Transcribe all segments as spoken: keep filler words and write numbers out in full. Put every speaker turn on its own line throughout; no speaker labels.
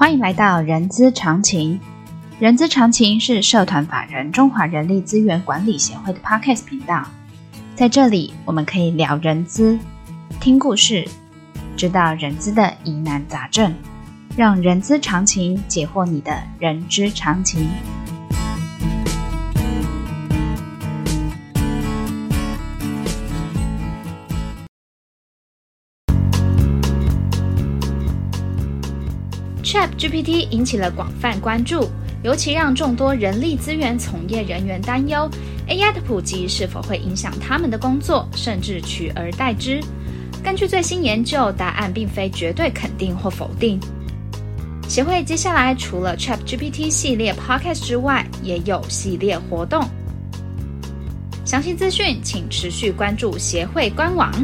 欢迎来到人资常情。人资常情是社团法人中华人力资源管理协会的 Podcast 频道，在这里我们可以聊人资，听故事，知道人资的疑难杂症，让人资常情解惑你的人之常情。ChatGPT 引起了广泛关注，尤其让众多人力资源从业人员担忧 A I 的普及是否会影响他们的工作，甚至取而代之。根据最新研究，答案并非绝对肯定或否定。协会接下来除了 ChatGPT 系列 Podcast 之外，也有系列活动。详细资讯请持续关注协会官网。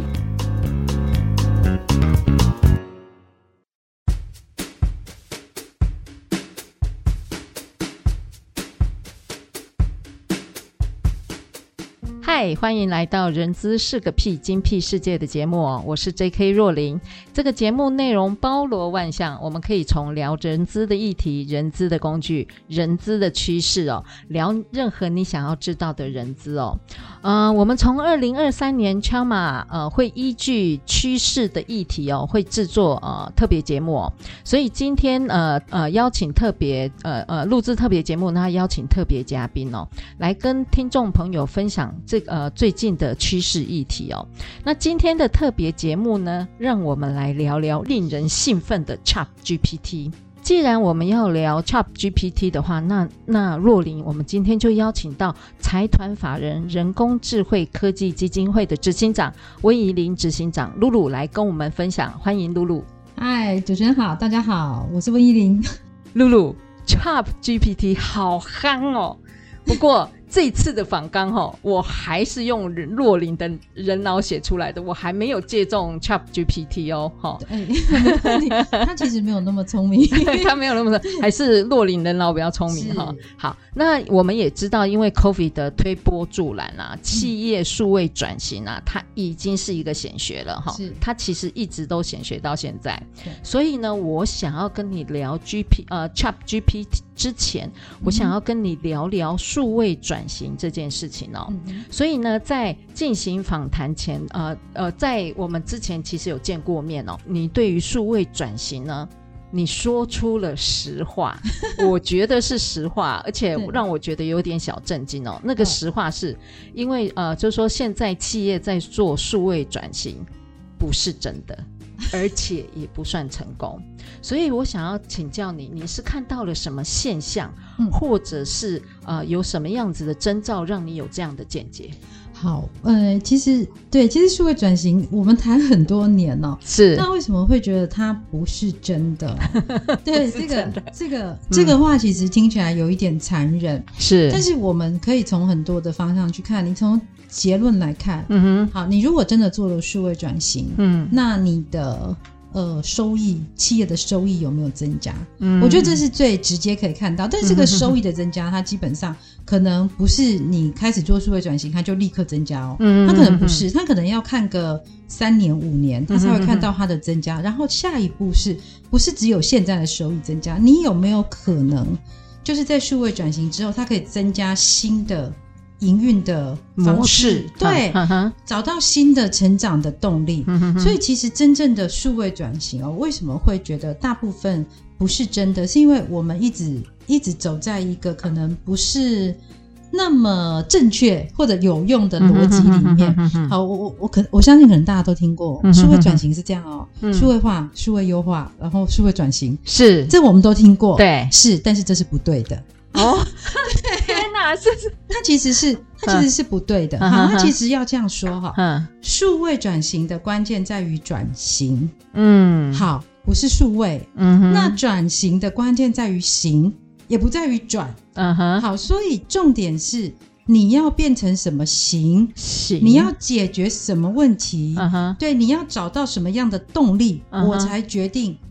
嗨，欢迎来到人资是个屁精辟世界的节目哦，我是 J K 若琳。这个节目内容包罗万象，我们可以从聊人资的议题、人资的工具、人资的趋势哦，聊任何你想要知道的人资哦。呃，我们从二零二三年 Chalma 呃会依据趋势的议题哦，会制作呃特别节目哦。所以今天呃呃邀请特别呃呃录制特别节目，那邀请特别嘉宾哦，来跟听众朋友分享这个。呃，最近的趋势议题哦。那今天的特别节目呢，让我们来聊聊令人兴奋的 ChatGPT。既然我们要聊 ChatGPT 的话，那那若琳，我们今天就邀请到财团法人人工智慧科技基金会的执行长温怡玲执行长露露来跟我们分享。欢迎露露。
嗨，主持人好，大家好，我是温怡玲。
露露 ，ChatGPT 好夯哦。不过这一次的访纲齁，我还是用若琳的人脑写出来的，我还没有借重 ChatGPT 哦齁。
他其实没有那么聪明
他没有那么聪明，还是若琳人脑比较聪明齁。好，那我们也知道，因为 COVID 的推波助澜啊，企业数位转型啊，它已经是一个显学了齁。它其实一直都显学到现在。所以呢，我想要跟你聊 G P 呃 ChatGPT 之前，我想要跟你聊聊数位转型这件事情哦。嗯、所以呢，在进行访谈前，呃呃，在我们之前其实有见过面哦。你对于数位转型呢，你说出了实话，我觉得是实话，而且让我觉得有点小震惊哦。那个实话是因为呃，就是说现在企业在做数位转型不是真的。而且也不算成功，所以我想要请教你，你是看到了什么现象，嗯、或者是呃有什么样子的征兆让你有这样的见解？
好，呃，其实对，其实数位转型我们谈很多年哦，
是，
那为什么会觉得它不是真的？对，这个这个、嗯、这个话其实听起来有一点残忍，
是，
但是我们可以从很多的方向去看，你从结论来看，嗯哼，好，你如果真的做了数位转型，嗯，那你的呃收益，企业的收益有没有增加？嗯，我觉得这是最直接可以看到。但是这个收益的增加，它基本上可能不是你开始做数位转型，它就立刻增加哦。嗯，它可能不是，它可能要看个三年五年，它才会看到它的增加。然后下一步是不是只有现在的收益增加？你有没有可能就是在数位转型之后，它可以增加新的营运的模式，对、啊，找到新的成长的动力。嗯、所以其实真正的数位转型哦，为什么会觉得大部分不是真的？是因为我们一直一直走在一个可能不是那么正确或者有用的逻辑里面。好，我我我可我相信可能大家都听过，数位转型是这样哦，数、嗯、位化、数位优化，然后数位转型，是这我们都听过，对，是，但是这是不对的。哦，
天哪，是
它其实是它其实是不对的。好，它其实要这样说哈，数位转型的关键在于转型，嗯，好，不是数位，嗯，那转型的关键在于型，也不在于转，嗯哼，好，所以重点是你要变成什么型，型你要解决什么问题，嗯哼，对，你要找到什么样的动力，嗯、我才决定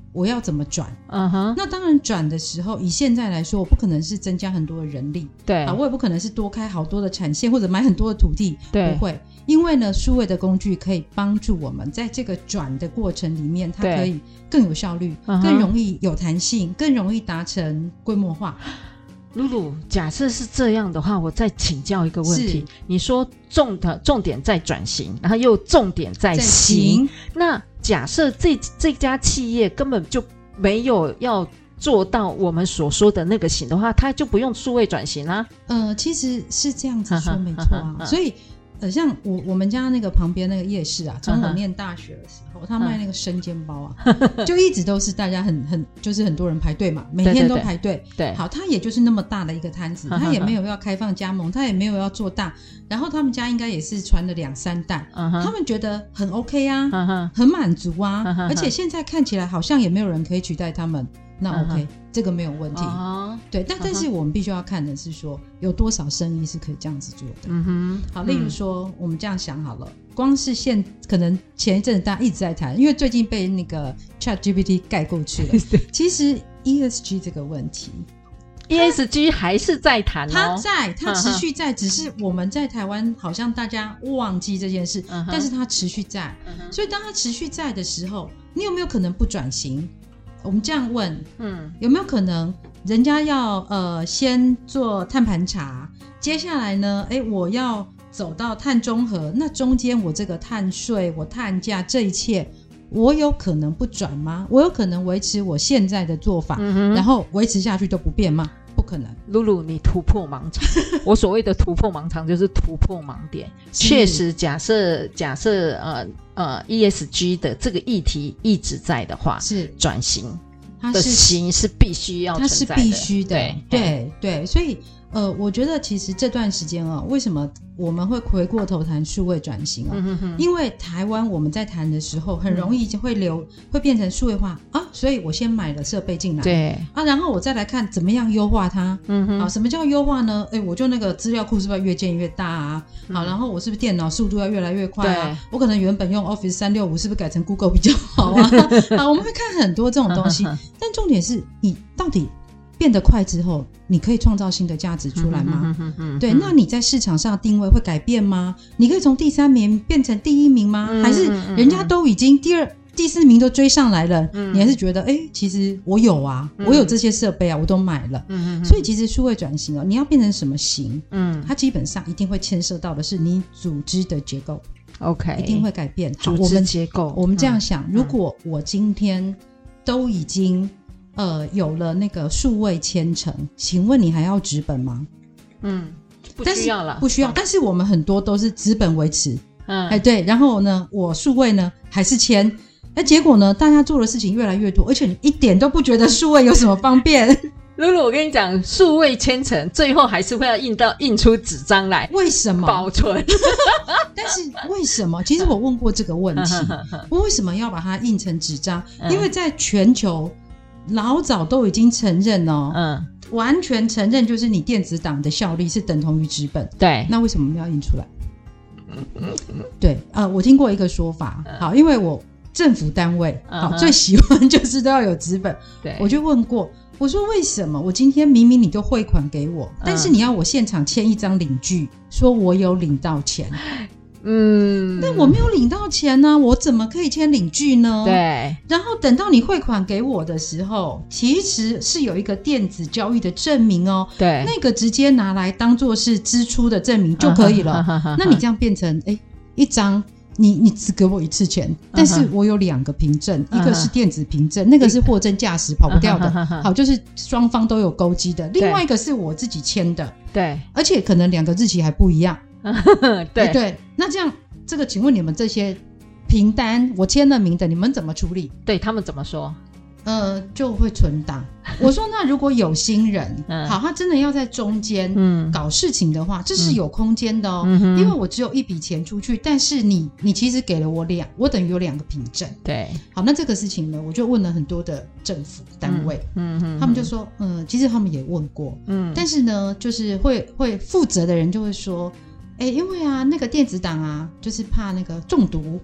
我要怎么转？
嗯哼，
那当然转的时候，以现在来说，我不可能是增加很多的人力，
对
啊，我也不可能是多开好多的产线或者买很多的土地，
对，
不会，因为呢，数位的工具可以帮助我们在这个转的过程里面，它可以更有效率，更容易有弹性，更容易达成规模化。
露露，假设是这样的话，我再请教一个问题。你说重的重点在转型，然后又重点在行，那假设这这家企业根本就没有要做到我们所说的那个行的话，它就不用数位转型啦。
呃，其实是这样子说没错啊，所以。呃，像我我们家那个旁边那个夜市啊，从我念大学的时候，他卖那个生煎包啊，就一直都是大家很很就是很多人排队嘛，每天都排队。
对，
好，他也就是那么大的一个摊子，他也没有要开放加盟，他也没有要做大。然后他们家应该也是传了两三代，他们觉得很 OK 啊，很满足啊，而且现在看起来好像也没有人可以取代他们。那 OK， 这个没有问题。对，但但是我们必须要看的是说，有多少生意是可以这样子做的。
嗯哼，
好，例如说，我们这样想好了，光是现可能前一阵子大家一直在谈，因为最近被那个 ChatGPT 盖过去了。其实 E S G 这个问题
，E S G 还是在谈哦，
它在，它持续在，只是我们在台湾好像大家忘记这件事，嗯、但是它持续在。嗯、所以当它持续在的时候，你有没有可能不转型？我们这样问，嗯，有没有可能人家要呃先做碳盘查，接下来呢，哎，我要走到碳中和，那中间我这个碳税、我碳价这一切，我有可能不转吗？我有可能维持我现在的做法，嗯、然后维持下去都不变吗？不可能。
露露，你突破盲肠。我所谓的突破盲肠就是突破盲点。确实，假设假设呃呃 E S G 的这个议题一直在的话，
是
转型的型是必须要存在的，
它是必须的。
对
对对，所以呃，我觉得其实这段时间啊，为什么我们会回过头谈数位转型啊？嗯、哼哼因为台湾我们在谈的时候，很容易就会流、嗯、会变成数位化啊，所以我先买了设备进来，
对
啊，然后我再来看怎么样优化它。嗯哼，啊，什么叫优化呢？哎，我就那个资料库是不是要越建越大啊？嗯、好，然后我是不是电脑速度要越来越快啊？我可能原本用 Office 三六五，是不是改成 Google 比较好啊？啊，我们会看很多这种东西，但重点是你到底变得快之后，你可以创造新的价值出来吗？嗯、哼哼哼对，那你在市场上定位会改变吗？你可以从第三名变成第一名吗？嗯、还是人家都已经第二、第四名都追上来了，嗯、你还是觉得，哎，其实我有啊，嗯、我有这些设备啊，我都买了。嗯、所以其实数位转型哦，你要变成什么型？嗯，它基本上一定会牵涉到的是你组织的结构。
OK，
一定会改变
组织结构。
我们这样想，嗯、如果我今天都已经呃，有了那个数位签呈，请问你还要纸本吗？
嗯，不需要了，
不需要。但是我们很多都是纸本维持，嗯，哎对，然后呢，我数位呢还是签，哎，结果呢，大家做的事情越来越多，而且你一点都不觉得数位有什么方便。
露露，我跟你讲，数位签呈最后还是会要印到印出纸张来，
为什么
保存？
但是为什么？其实我问过这个问题，我为什么要把它印成纸张？嗯、因为在全球老早都已经承认哦，嗯，完全承认就是你电子档的效力是等同于纸本。
对，
那为什么我们要印出来？对，呃，我听过一个说法，好，因为我政府单位好、嗯、最喜欢就是都要有纸本，
对，
我就问过。我说为什么我今天明明你就汇款给我，但是你要我现场签一张领据，说我有领到钱。嗯，那我没有领到钱呢、啊，我怎么可以签领据呢？
对。
然后等到你汇款给我的时候，其实是有一个电子交易的证明哦。
对。
那个直接拿来当作是支出的证明就可以了。那你这样变成哎一张。你你只给我一次钱，但是我有两个凭证， uh-huh. 一个是电子凭证， uh-huh. 那个是货真价实跑不掉的，
uh-huh.
好，就是双方都有勾稽的。另外一个是我自己签的，
对，
而且可能两个日期还不一样。
对、
欸、对，那这样这个，请问你们这些凭单我签了名的，你们怎么处理？
对他们怎么说？
呃，就会存档。我说那如果有心人、嗯、好，他真的要在中间搞事情的话、嗯、这是有空间的哦、嗯、因为我只有一笔钱出去，但是你你其实给了我两，我等于有两个凭证。
对，
好，那这个事情呢，我就问了很多的政府单位，嗯嗯，他们就说嗯、呃，其实他们也问过，嗯，但是呢就是会会负责的人就会说，哎，因为啊那个电子档啊就是怕那个中毒，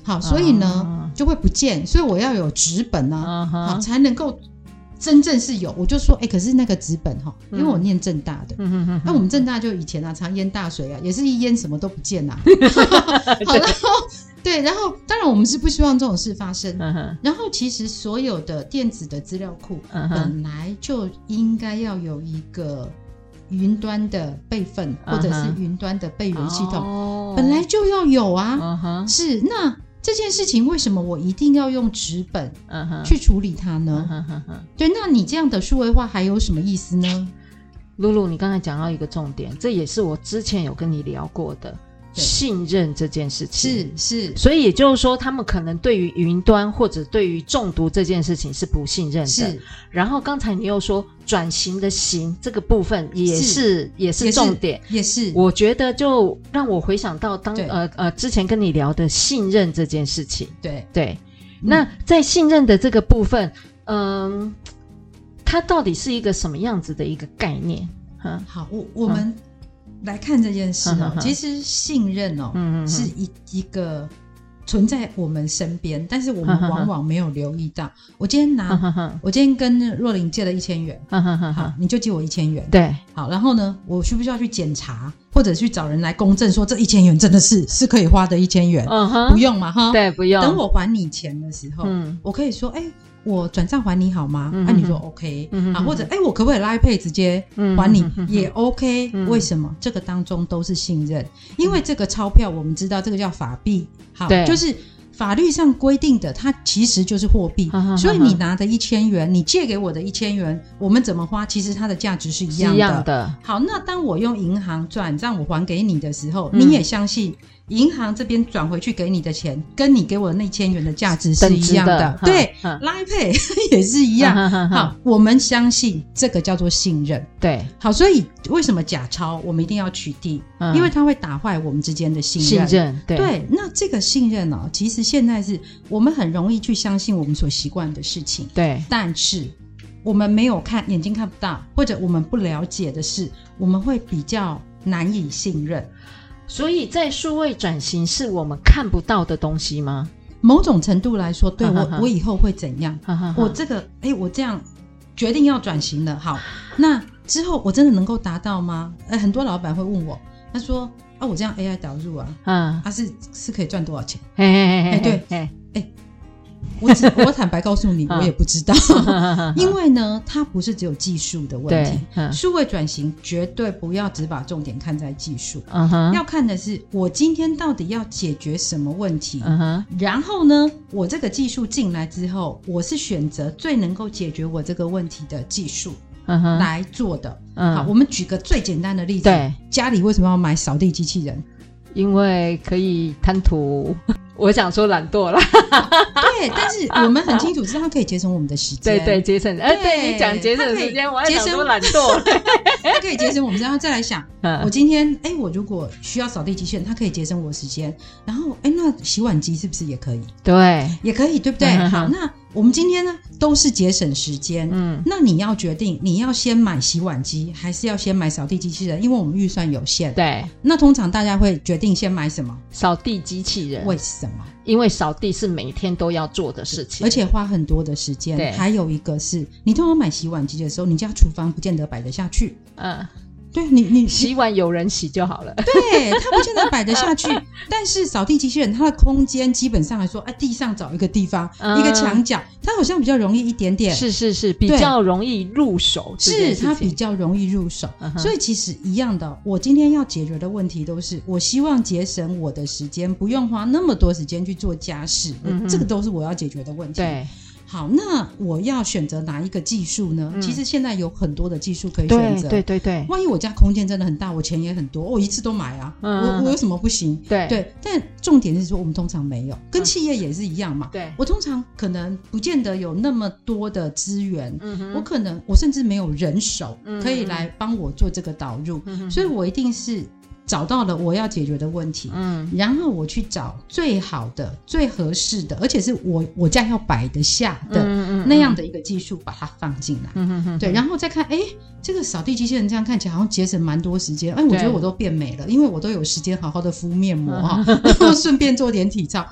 好，所以呢、哦、就会不见，所以我要有纸本啊、哦、好才能够真正是有。我就说哎、欸，可是那个纸本哈，因为我念政大的，那、嗯嗯啊、我们政大就以前啊常淹大水啊，也是一淹什么都不见啊好，然后对，然后当然我们是不希望这种事发生、嗯、然后其实所有的电子的资料库、嗯、本来就应该要有一个云端的备份、嗯、或者是云端的备援系统、哦、本来就要有啊、嗯、是。那这件事情为什么我一定要用纸本去处理它呢、嗯、对，那你这样的数位化还有什么意思呢？
露露，你刚才讲到一个重点，这也是我之前有跟你聊过的，信任这件事情。
是是，
所以也就是说他们可能对于云端或者对于中毒这件事情是不信任的。是，然后刚才你又说转型的型这个部分也是, 是也是重点，
也 是, 也是
我觉得就让我回想到当呃呃之前跟你聊的信任这件事情。
对
对、嗯、那在信任的这个部分嗯、呃，它到底是一个什么样子的一个概念？
好，我我们、嗯来看这件事哦，呵呵其实信任哦，嗯嗯是一一个存在我们身边，但是我们往往没有留意到。呵呵我今天拿，呵呵我今天跟若琳借了一千元，呵呵呵好，你就借我一千元，
对，
好，然后呢，我需不需要去检查，或者去找人来公证，说这一千元真的是是可以花的一千元？嗯哼，不用嘛，哈，
对，不用。
等我还你钱的时候，嗯，我可以说，哎、欸。我转账还你好吗？嗯、啊，你说 OK、嗯、啊，或者哎，我可不可以拉 Pay 直接还你、嗯、也 OK、嗯、为什么？这个当中都是信任，因为这个钞票我们知道这个叫法币，好，就是法律上规定的，它其实就是货币，所以你拿的一千元，你借给我的一千元，我们怎么花，其实它的价值是一样的。
一样的。
好，那当我用银行转账我还给你的时候，嗯、你也相信。银行这边转回去给你的钱跟你给我的那千元的价值是一样 的, 的对 Line Pay 也是一样、嗯、好，我们相信这个叫做信任。
对，
好，所以为什么假钞我们一定要取缔、嗯、因为它会打坏我们之间的信任。
信任 对,
对，那这个信任哦，其实现在是我们很容易去相信我们所习惯的事情，
对，
但是我们没有看，眼睛看不到，或者我们不了解的事，我们会比较难以信任。
所以在数位转型是我们看不到的东西吗？
某种程度来说，对，我我以后会怎样？我这个哎，我这样决定要转型了，好，那之后我真的能够达到吗？哎，很多老板会问我，他说啊，我这样 A I 导入啊，嗯，啊是是可以赚多少钱？
嘿嘿嘿，
哎对，哎哎。我只我坦白告诉你，我也不知道，因为呢，它不是只有技术的问题。数位转型绝对不要只把重点看在技术，嗯、要看的是我今天到底要解决什么问题。嗯、然后呢，我这个技术进来之后，我是选择最能够解决我这个问题的技术来做的。嗯、好，我们举个最简单的例子，
对，
家里为什么要买扫地机器人？
因为可以贪图。我想说懒惰啦
对，但是我们很清楚知道它可以节省我们的时间。
对对，节省。哎，对，你讲节省时间，我还想说懒惰。
它可以节省我们，然后再来想，嗯、我今天哎，我如果需要扫地机器人，它可以节省我时间。然后哎，那洗碗机是不是也可以？
对，
也可以，对不对？嗯、好，那我们今天呢都是节省时间。嗯，那你要决定你要先买洗碗机，还是要先买扫地机器人？因为我们预算有限。
对，
那通常大家会决定先买什么？
扫地机器人。
为什么？
因为扫地是每天都要做的事情，
而且花很多的时间。还有一个是你通常买洗碗机的时候，你家厨房不见得摆得下去。嗯，对，你你
洗碗有人洗就好了。
对，它不见得摆得下去。但是扫地机器人它的空间基本上来说，哎，地上找一个地方，嗯、一个墙角，它好像比较容易一点点。
是是是，比较容易入手。
是，它比较容易入手。嗯、所以其实一样的，我今天要解决的问题都是，我希望节省我的时间，不用花那么多时间去做家事。嗯、这个都是我要解决的问题。
对。
好，那我要选择哪一个技术呢？嗯、其实现在有很多的技术可以选择。
对对对对。
万一我家空间真的很大，我钱也很多，我一次都买啊。嗯、我我有什么不行？
对
对。但重点是说，我们通常没有，跟企业也是一样嘛。
对、嗯。
我通常可能不见得有那么多的资源，嗯、我可能我甚至没有人手可以来帮我做这个导入，嗯、所以我一定是。找到了我要解决的问题，嗯，然后我去找最好的、最合适的，而且是我我家要摆得下的、嗯嗯、那样的一个技术，把它放进来，嗯嗯嗯，对，然后再看，哎，这个扫地机器人这样看起来好像节省蛮多时间，哎，我觉得我都变美了，因为我都有时间好好的敷面膜哈，然后顺便做点体操，哎，我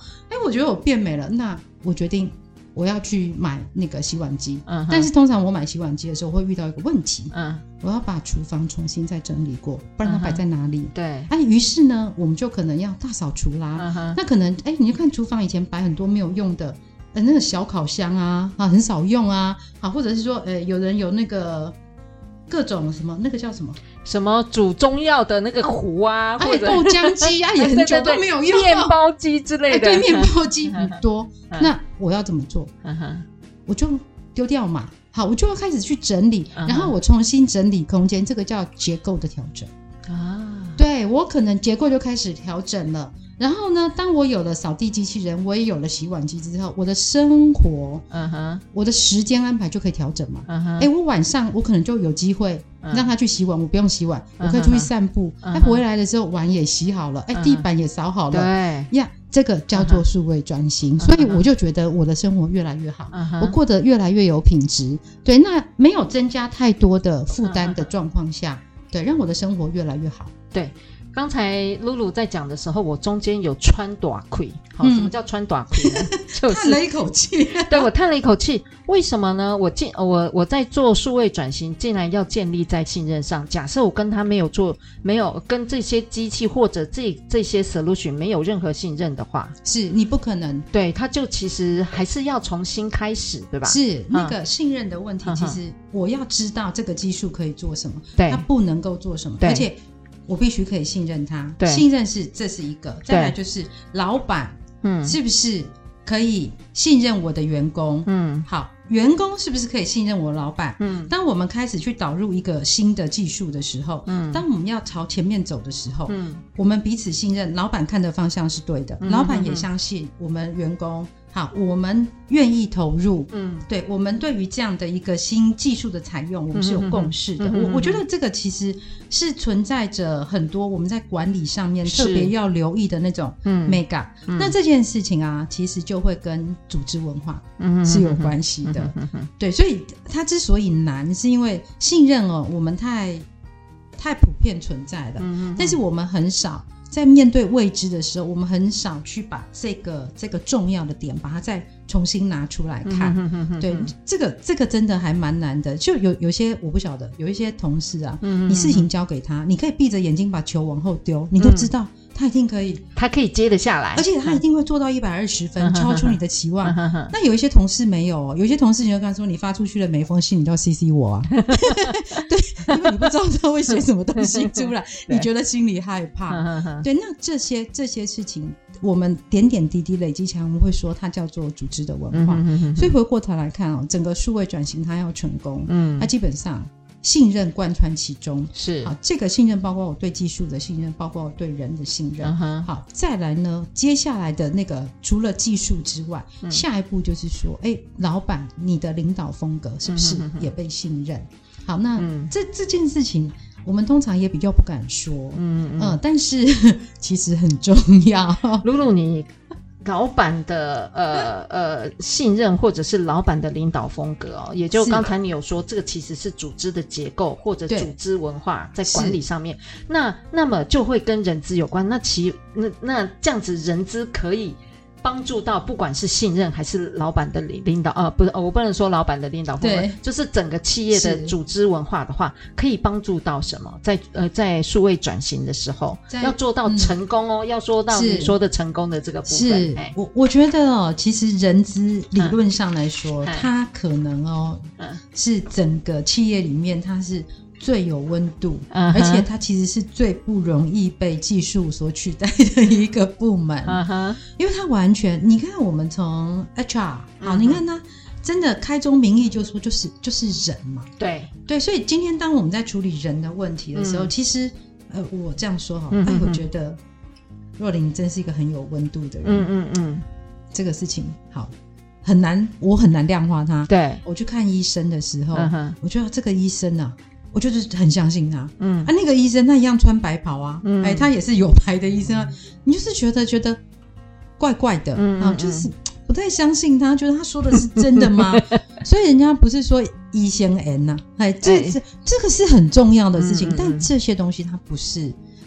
我觉得我变美了，那我决定我要去买那个洗碗机、嗯、但是通常我买洗碗机的时候我会遇到一个问题、嗯、我要把厨房重新再整理过，不然它摆在哪里、嗯、
对，
哎、啊，于是呢我们就可能要大扫除啦、嗯、那可能哎，你就看厨房以前摆很多没有用的呃那个小烤箱啊啊很少用啊，啊或者是说呃有人有那个各种什么那个叫什么
什么煮中药的那个壶啊，
哎、
或者
豆浆机啊也很久都没有用，
面包机之类的、
哎、对，面包机很多那我要怎么做？我就丢掉嘛，好，我就要开始去整理，然后我重新整理空间，这个叫结构的调整啊。对，我可能结构就开始调整了，然后呢当我有了扫地机器人，我也有了洗碗机之后，我的生活、uh-huh. 我的时间安排就可以调整嘛。哎、uh-huh. 我晚上我可能就有机会让他去洗碗、uh-huh. 我不用洗碗，我可以出去散步，他、uh-huh. 回来的时候碗也洗好了，哎、uh-huh. 地板也扫好了，对呀，这个叫做数位转型、uh-huh. 所以我就觉得我的生活越来越好、uh-huh. 我过得越来越有品质。对，那没有增加太多的负担的状况下、uh-huh. 对，让我的生活越来越好。
对，刚才露露在讲的时候，我中间有穿短裤。好、嗯，什么叫穿短裤呢？就是
叹了一口气。
对，我叹了一口气。为什么呢？我进我我在做数位转型，竟然要建立在信任上。假设我跟他没有做，没有跟这些机器或者这这些 solution 没有任何信任的话，
是你不可能。
对，他就其实还是要重新开始，对吧？
是那个信任的问题、嗯。其实我要知道这个技术可以做什么，对，它不能够做什么，而且我必须可以信任他。对，信任是这是一个，再来就是老板。嗯，是不是可以信任我的员工？嗯，好，员工是不是可以信任我老板？嗯，当我们开始去导入一个新的技术的时候，嗯，当我们要朝前面走的时候，嗯，我们彼此信任，老板看的方向是对的，嗯、老板也相信我们员工。好，我们愿意投入，嗯，对，我们对于这样的一个新技术的采用，我们是有共识的。嗯、我我觉得这个其实是存在着很多我们在管理上面特别要留意的那种 mega、嗯。那这件事情啊，其实就会跟组织文化是有关系的。对，所以它之所以难，是因为信任哦，我们太太普遍存在了，嗯、但是我们很少。在面对未知的时候，我们很少去把这个这个重要的点把它再重新拿出来看、嗯、哼哼哼对，这个这个真的还蛮难的。就有有些我不晓得，有一些同事啊、嗯、哼哼你事情交给他，你可以闭着眼睛把球往后丢，你都知道、嗯他一定可以，
他可以接得下来，
而且他一定会做到一百二十分、嗯，超出你的期望。那有一些同事没有，有一些同事你就跟他说，你发出去的每一封信你都要 C C 我啊。对，因为你不知道他会写什么东西出来，你觉得心里害怕。对，那这些这些事情，我们点点滴滴累积起来，我们会说它叫做组织的文化。嗯、所以回过头来看哦，整个数位转型它要成功，嗯，它基本上。信任贯穿其中，是好，这个信任包括我对技术的信任，包括我对人的信任、uh-huh. 好，再来呢接下来的那个除了技术之外、嗯、下一步就是说哎，老板你的领导风格是不是也被信任、嗯、好，那、嗯、这这件事情我们通常也比较不敢说，嗯嗯、呃，但是其实很重要。
露露你老板的呃呃信任或者是老板的领导风格哦，也就刚才你有说这个其实是组织的结构或者组织文化在管理上面，那那么就会跟人资有关，那其那那这样子人资可以帮助到不管是信任还是老板的领导呃不是、呃、我不能说老板的领导风格，就是整个企业的组织文化的话可以帮助到什么，在呃在数位转型的时候要做到成功哦、嗯、要说到你说的成功的这个部分是、
欸、我我觉得哦，其实人资理论上来说、嗯、它可能哦、嗯、是整个企业里面它是最有温度、uh-huh. 而且它其实是最不容易被技术所取代的一个部门、uh-huh. 因为它完全你看我们从 H R 好、uh-huh. 你看它真的开宗明义就说就是就是人嘛，对对，所以今天当我们在处理人的问题的时候、嗯、其实呃我这样说好、嗯、哎，我觉得若琳真是一个很有温度的人，嗯嗯嗯，这个事情好很难，我很难量化它。对，我去看医生的时候、uh-huh. 我觉得这个医生啊我就是很相信他，嗯，啊，那个医生他一样穿白袍啊，嗯，哎，他也是有牌的医生啊，嗯、你就是觉得觉得怪怪的，嗯，啊，就是不太相信他，觉得他说的是真的吗？所以人家不是说医生 N 呐、啊，哎，这这这个是很重要的事情、嗯嗯，但这些东西它不是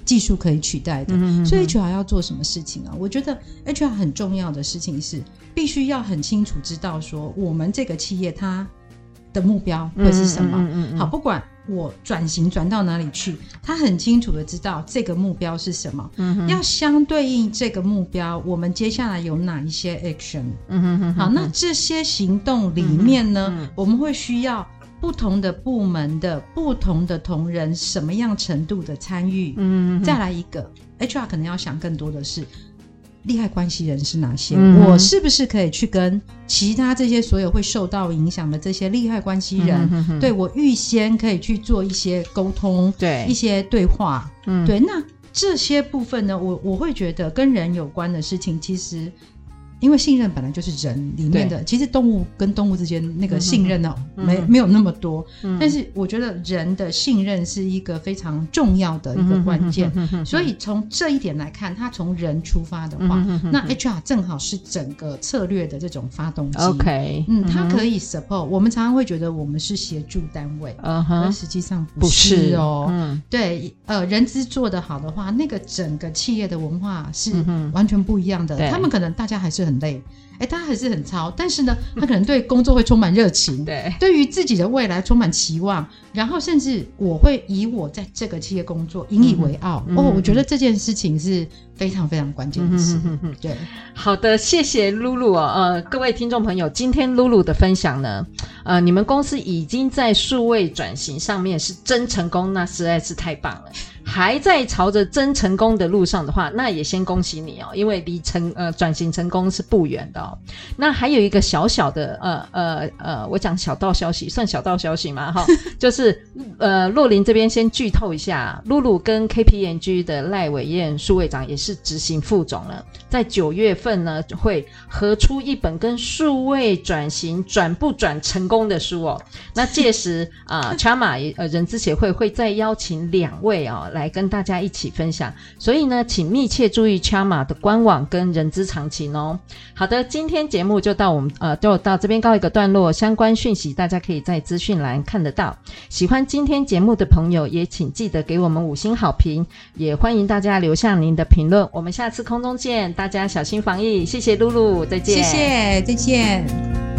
技术可以取代的。嗯、所以 H R 要做什么事情啊？我觉得 H R 很重要的事情是必须要很清楚知道说我们这个企业它的目标会是什么。嗯嗯嗯嗯、好，不管我转型转到哪里去，他很清楚的知道这个目标是什么。嗯、要相对应这个目标，我们接下来有哪一些 action。嗯哼哼哼。好，那这些行动里面呢，嗯、我们会需要不同的部门的不同的同仁什么样程度的参与。嗯，再来一个 H R 可能要想更多的是利害关系人是哪些、嗯、我是不是可以去跟其他这些所有会受到影响的这些利害关系人、嗯、哼哼对我预先可以去做一些沟通，对一些对话。嗯，对，那这些部分呢，我我会觉得跟人有关的事情，其实因为信任本来就是人里面的，其实动物跟动物之间那个信任呢、嗯、没没有那么多、嗯、但是我觉得人的信任是一个非常重要的一个关键、嗯、所以从这一点来看，他从人出发的话、嗯、那 H R 正好是整个策略的这种发动机。 OK， 嗯，他可以 support、嗯、我们常常会觉得我们是协助单位、uh-huh, 但实际上不是哦。不是嗯、对，呃，人资做得好的话，那个整个企业的文化是完全不一样的、嗯、他们可能大家还是很很累，哎，他还是很操，但是呢，他可能对工作会充满热情，对，对于自己的未来充满期望，然后甚至我会以我在这个企业工作引以为傲、嗯、哦，我觉得这件事情是非常非常关键的事。嗯、哼哼对，
好的，谢谢露露哦，呃，各位听众朋友，今天露露的分享呢，呃，你们公司已经在数位转型上面是真成功，那实在是太棒了。还在朝着真成功的路上的话，那也先恭喜你哦，因为离成呃转型成功是不远的哦。那还有一个小小的呃呃呃，我讲小道消息，算小道消息嘛哈，就是呃洛琳这边先剧透一下，露露跟 K P M G 的赖伟燕数位长也是执行副总了，在九月份呢会合出一本跟数位转型转不转成功的书哦。那届时啊、呃、Chama 呃人资协会会再邀请两位哦来跟大家一起分享，所以呢请密切注意 Chama 的官网跟人资常情哦。好的，今天节目就到我们呃就到这边告一个段落，相关讯息大家可以在资讯栏看得到。喜欢今天节目的朋友也请记得给我们五星好评，也欢迎大家留下您的评论。我们下次空中见，大家小心防疫，谢谢露露，再见。
谢谢，再见。